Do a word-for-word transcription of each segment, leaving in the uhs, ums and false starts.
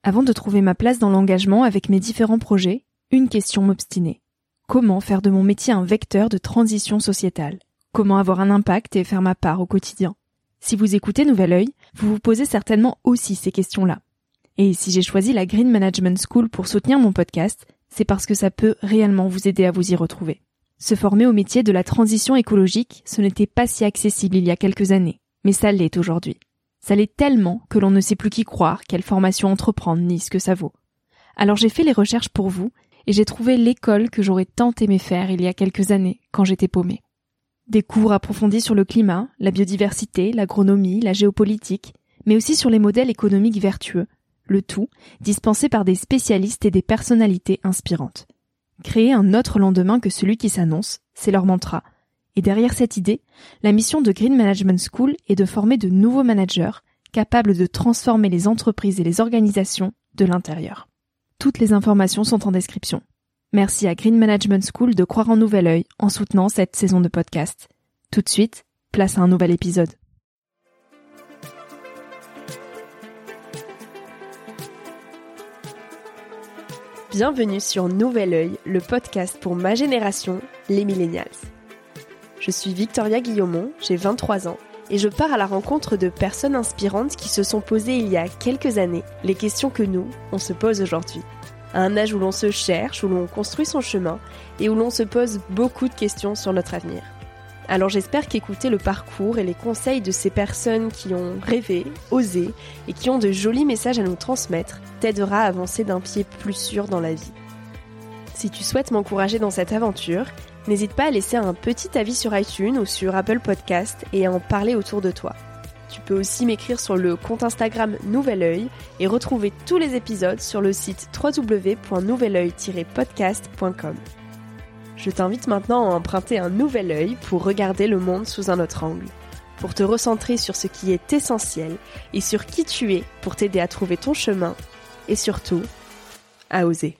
Avant de trouver ma place dans l'engagement avec mes différents projets, une question m'obstinait. Comment faire de mon métier un vecteur de transition sociétale ? Comment avoir un impact et faire ma part au quotidien ? Si vous écoutez Nouvel Œil, vous vous posez certainement aussi ces questions-là. Et si j'ai choisi la Green Management School pour soutenir mon podcast, c'est parce que ça peut réellement vous aider à vous y retrouver. Se former au métier de la transition écologique, ce n'était pas si accessible il y a quelques années, mais ça l'est aujourd'hui. Ça l'est tellement que l'on ne sait plus qui croire, quelle formation entreprendre, ni ce que ça vaut. Alors j'ai fait les recherches pour vous, et j'ai trouvé l'école que j'aurais tant aimé faire il y a quelques années, quand j'étais paumée. Des cours approfondis sur le climat, la biodiversité, l'agronomie, la géopolitique, mais aussi sur les modèles économiques vertueux, le tout dispensé par des spécialistes et des personnalités inspirantes. Créer un autre lendemain que celui qui s'annonce, c'est leur mantra. Et derrière cette idée, la mission de Green Management School est de former de nouveaux managers capables de transformer les entreprises et les organisations de l'intérieur. Toutes les informations sont en description. Merci à Green Management School de croire en Nouvel Œil en soutenant cette saison de podcast. Tout de suite, place à un nouvel épisode. Bienvenue sur Nouvel Œil, le podcast pour ma génération, les millennials. Je suis Victoria Guillaumont, j'ai vingt-trois ans, et je pars à la rencontre de personnes inspirantes qui se sont posées il y a quelques années les questions que nous, on se pose aujourd'hui. À un âge où l'on se cherche, où l'on construit son chemin, et où l'on se pose beaucoup de questions sur notre avenir. Alors j'espère qu'écouter le parcours et les conseils de ces personnes qui ont rêvé, osé, et qui ont de jolis messages à nous transmettre, t'aidera à avancer d'un pied plus sûr dans la vie. Si tu souhaites m'encourager dans cette aventure, n'hésite pas à laisser un petit avis sur iTunes ou sur Apple Podcast et à en parler autour de toi. Tu peux aussi m'écrire sur le compte Instagram Nouvel Œil et retrouver tous les épisodes sur le site w w w point nouvel œil tiret podcast point com. Je t'invite maintenant à emprunter un nouvel œil pour regarder le monde sous un autre angle, pour te recentrer sur ce qui est essentiel et sur qui tu es pour t'aider à trouver ton chemin et surtout, à oser.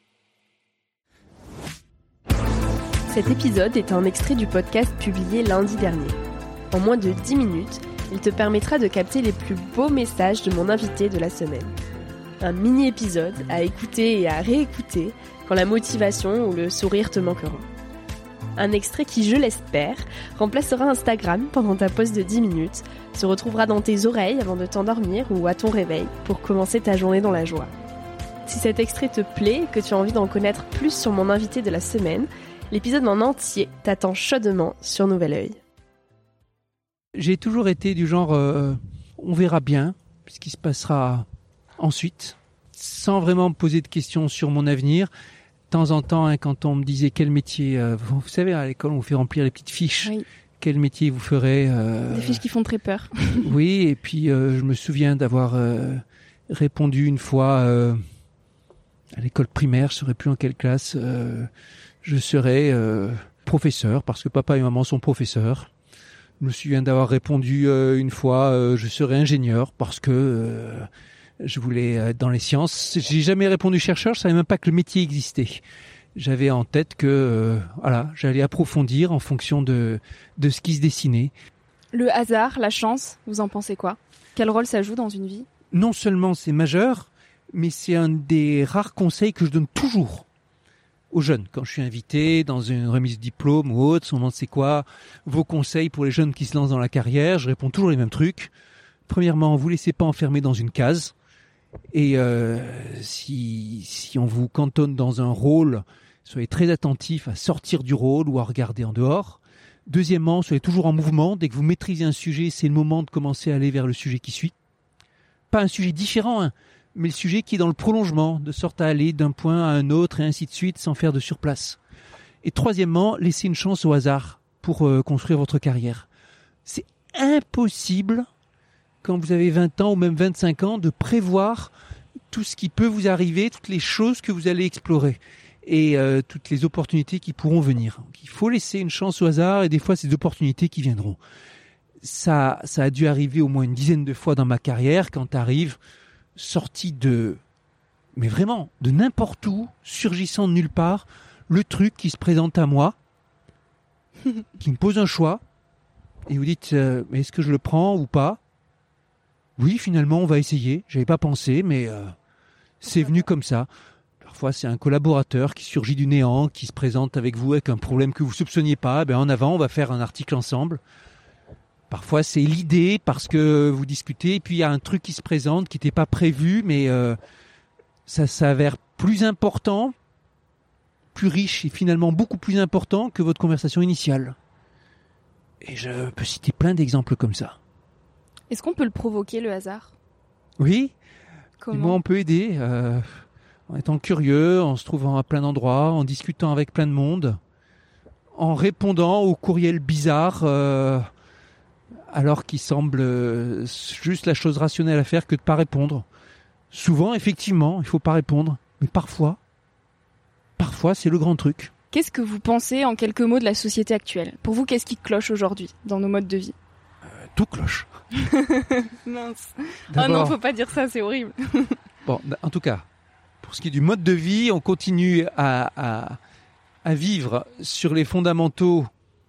Cet épisode est un extrait du podcast publié lundi dernier. En moins de dix minutes, il te permettra de capter les plus beaux messages de mon invité de la semaine. Un mini-épisode à écouter et à réécouter quand la motivation ou le sourire te manqueront. Un extrait qui, je l'espère, remplacera Instagram pendant ta pause de dix minutes, se retrouvera dans tes oreilles avant de t'endormir ou à ton réveil pour commencer ta journée dans la joie. Si cet extrait te plaît et que tu as envie d'en connaître plus sur mon invité de la semaine, l'épisode en entier t'attend chaudement sur Nouvel Œil. J'ai toujours été du genre, euh, on verra bien ce qui se passera ensuite, sans vraiment me poser de questions sur mon avenir. De temps en temps, hein, quand on me disait quel métier, euh, vous savez, à l'école, on vous fait remplir les petites fiches. Oui. Quel métier vous ferez euh... Des fiches qui font très peur. Oui, et puis euh, je me souviens d'avoir euh, répondu une fois euh, à l'école primaire, je ne saurais plus en quelle classe, euh, je serais euh, professeur, parce que papa et maman sont professeurs. Je me souviens d'avoir répondu euh, une fois, euh, je serais ingénieur, parce que euh, je voulais être dans les sciences. J'ai jamais répondu chercheur, je savais même pas que le métier existait. J'avais en tête que euh, voilà, j'allais approfondir en fonction de, de ce qui se dessinait. Le hasard, la chance, vous en pensez quoi ? Quel rôle ça joue dans une vie ? Non seulement c'est majeur, mais c'est un des rares conseils que je donne toujours aux jeunes. Quand je suis invité dans une remise de diplôme ou autre, on me demande c'est quoi vos conseils pour les jeunes qui se lancent dans la carrière, je réponds toujours les mêmes trucs. Premièrement, vous ne laissez pas enfermer dans une case. Et euh, si, si on vous cantonne dans un rôle, soyez très attentif à sortir du rôle ou à regarder en dehors. Deuxièmement, soyez toujours en mouvement. Dès que vous maîtrisez un sujet, c'est le moment de commencer à aller vers le sujet qui suit. Pas un sujet différent, hein, mais le sujet qui est dans le prolongement, de sorte à aller d'un point à un autre et ainsi de suite sans faire de surplace. Et troisièmement, laissez une chance au hasard pour euh, construire votre carrière. C'est impossible, quand vous avez vingt ans ou même vingt-cinq ans, de prévoir tout ce qui peut vous arriver, toutes les choses que vous allez explorer et euh, toutes les opportunités qui pourront venir. Donc, il faut laisser une chance au hasard et des fois, c'est des opportunités qui viendront. Ça, ça a dû arriver au moins une dizaine de fois dans ma carrière quand tu arrives sorti de, mais vraiment, de n'importe où, surgissant de nulle part, le truc qui se présente à moi, qui me pose un choix et vous dites euh, mais est-ce que je le prends ou pas ? Oui, finalement, on va essayer. J'avais pas pensé, mais euh, C'est venu comme ça. Parfois, c'est un collaborateur qui surgit du néant, qui se présente avec vous avec un problème que vous ne soupçonniez pas. Ben, en avant, on va faire un article ensemble. Parfois, c'est l'idée parce que vous discutez, et puis il y a un truc qui se présente qui n'était pas prévu, mais euh, ça s'avère plus important, plus riche et finalement beaucoup plus important que votre conversation initiale. Et je peux citer plein d'exemples comme ça. Est-ce qu'on peut le provoquer, le hasard ? Oui. Comment ? Moi, on peut aider euh, en étant curieux, en se trouvant à plein d'endroits, en discutant avec plein de monde, en répondant aux courriels bizarres, euh, alors qu'il semble euh, juste la chose rationnelle à faire que de ne pas répondre. Souvent, effectivement, il ne faut pas répondre. Mais parfois, parfois, c'est le grand truc. Qu'est-ce que vous pensez en quelques mots de la société actuelle ? Pour vous, qu'est-ce qui cloche aujourd'hui dans nos modes de vie ? euh, Tout cloche. Mince. D'abord, oh non, faut pas dire ça, c'est horrible. Bon, en tout cas, pour ce qui est du mode de vie, on continue à, à, à vivre sur les fondamentaux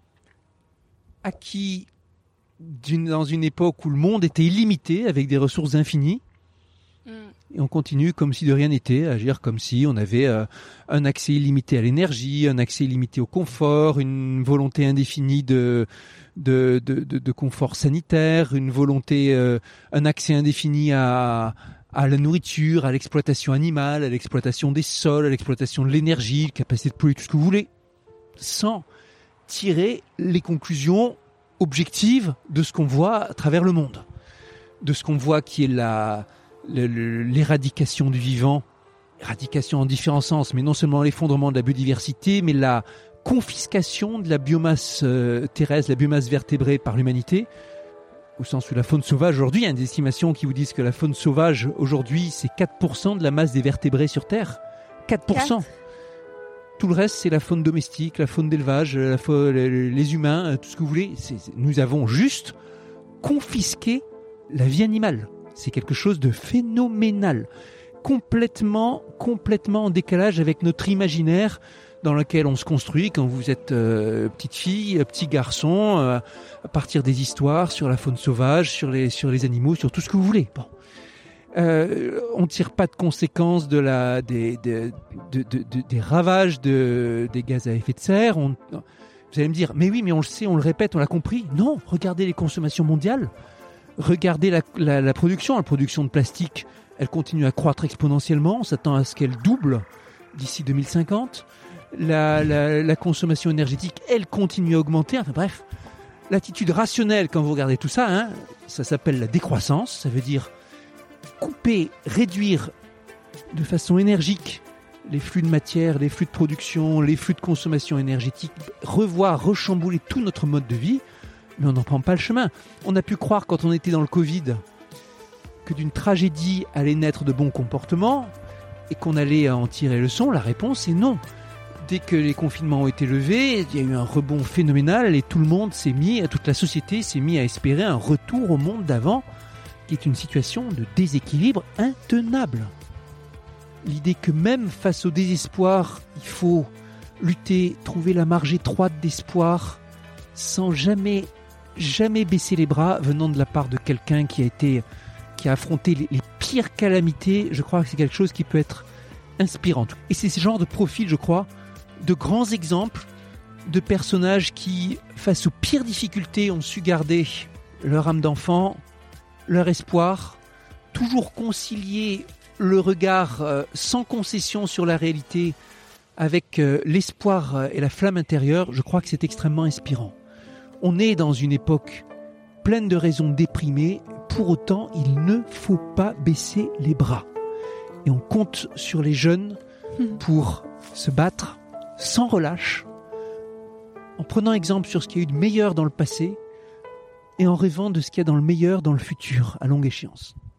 acquis d'une, dans une époque où le monde était illimité, avec des ressources infinies. Mm. Et on continue comme si de rien n'était, à agir comme si on avait euh, un accès illimité à l'énergie, un accès illimité au confort, une volonté indéfinie de, de, de, de, de confort sanitaire, une volonté, euh, un accès indéfini à, à la nourriture, à l'exploitation animale, à l'exploitation des sols, à l'exploitation de l'énergie, capacité de polluer, tout ce que vous voulez, sans tirer les conclusions objectives de ce qu'on voit à travers le monde, de ce qu'on voit qui est la... Le, le, l'éradication du vivant, éradication en différents sens, mais non seulement l'effondrement de la biodiversité, mais la confiscation de la biomasse euh, terrestre, la biomasse vertébrée par l'humanité, au sens où la faune sauvage, aujourd'hui, il y a des estimations qui vous disent que la faune sauvage, aujourd'hui, c'est quatre pour cent de la masse des vertébrés sur Terre. quatre pour cent. quatre Tout le reste, c'est la faune domestique, la faune d'élevage, la faune, les, les humains, tout ce que vous voulez. C'est, c'est, nous avons juste confisqué la vie animale. C'est quelque chose de phénoménal, complètement, complètement en décalage avec notre imaginaire dans lequel on se construit quand vous êtes euh, petite fille, petit garçon, euh, à partir des histoires sur la faune sauvage, sur les, sur les animaux, sur tout ce que vous voulez. Bon. Euh, on ne tire pas de conséquences de la, des, de, de, de, de, des ravages de, des gaz à effet de serre. On, vous allez me dire, mais oui, mais on le sait, on le répète, on l'a compris. Non, regardez les consommations mondiales. Regardez la, la, la production, la production de plastique, elle continue à croître exponentiellement, on s'attend à ce qu'elle double d'ici deux mille cinquante. La, la, la consommation énergétique, elle continue à augmenter. Enfin bref, l'attitude rationnelle quand vous regardez tout ça, hein, ça s'appelle la décroissance, ça veut dire couper, réduire de façon énergique les flux de matière, les flux de production, les flux de consommation énergétique, revoir, rechambouler tout notre mode de vie. Mais on n'en prend pas le chemin. On a pu croire quand on était dans le Covid que d'une tragédie allait naître de bons comportements et qu'on allait en tirer leçon. La réponse est non. Dès que les confinements ont été levés, il y a eu un rebond phénoménal et tout le monde s'est mis, toute la société s'est mis à espérer un retour au monde d'avant, qui est une situation de déséquilibre intenable. L'idée que même face au désespoir, il faut lutter, trouver la marge étroite d'espoir, sans jamais jamais baisser les bras venant de la part de quelqu'un qui a été qui a affronté les, les pires calamités, je crois que c'est quelque chose qui peut être inspirant. Et c'est ce genre de profil, je crois, de grands exemples de personnages qui, face aux pires difficultés, ont su garder leur âme d'enfant, leur espoir, toujours concilier le regard euh, sans concession sur la réalité avec euh, l'espoir euh, et la flamme intérieure. Je crois que c'est extrêmement inspirant. On est dans une époque pleine de raisons de déprimer. Pour autant, il ne faut pas baisser les bras. Et on compte sur les jeunes pour se battre sans relâche, en prenant exemple sur ce qu'il y a eu de meilleur dans le passé et en rêvant de ce qu'il y a dans le meilleur dans le futur, à longue échéance.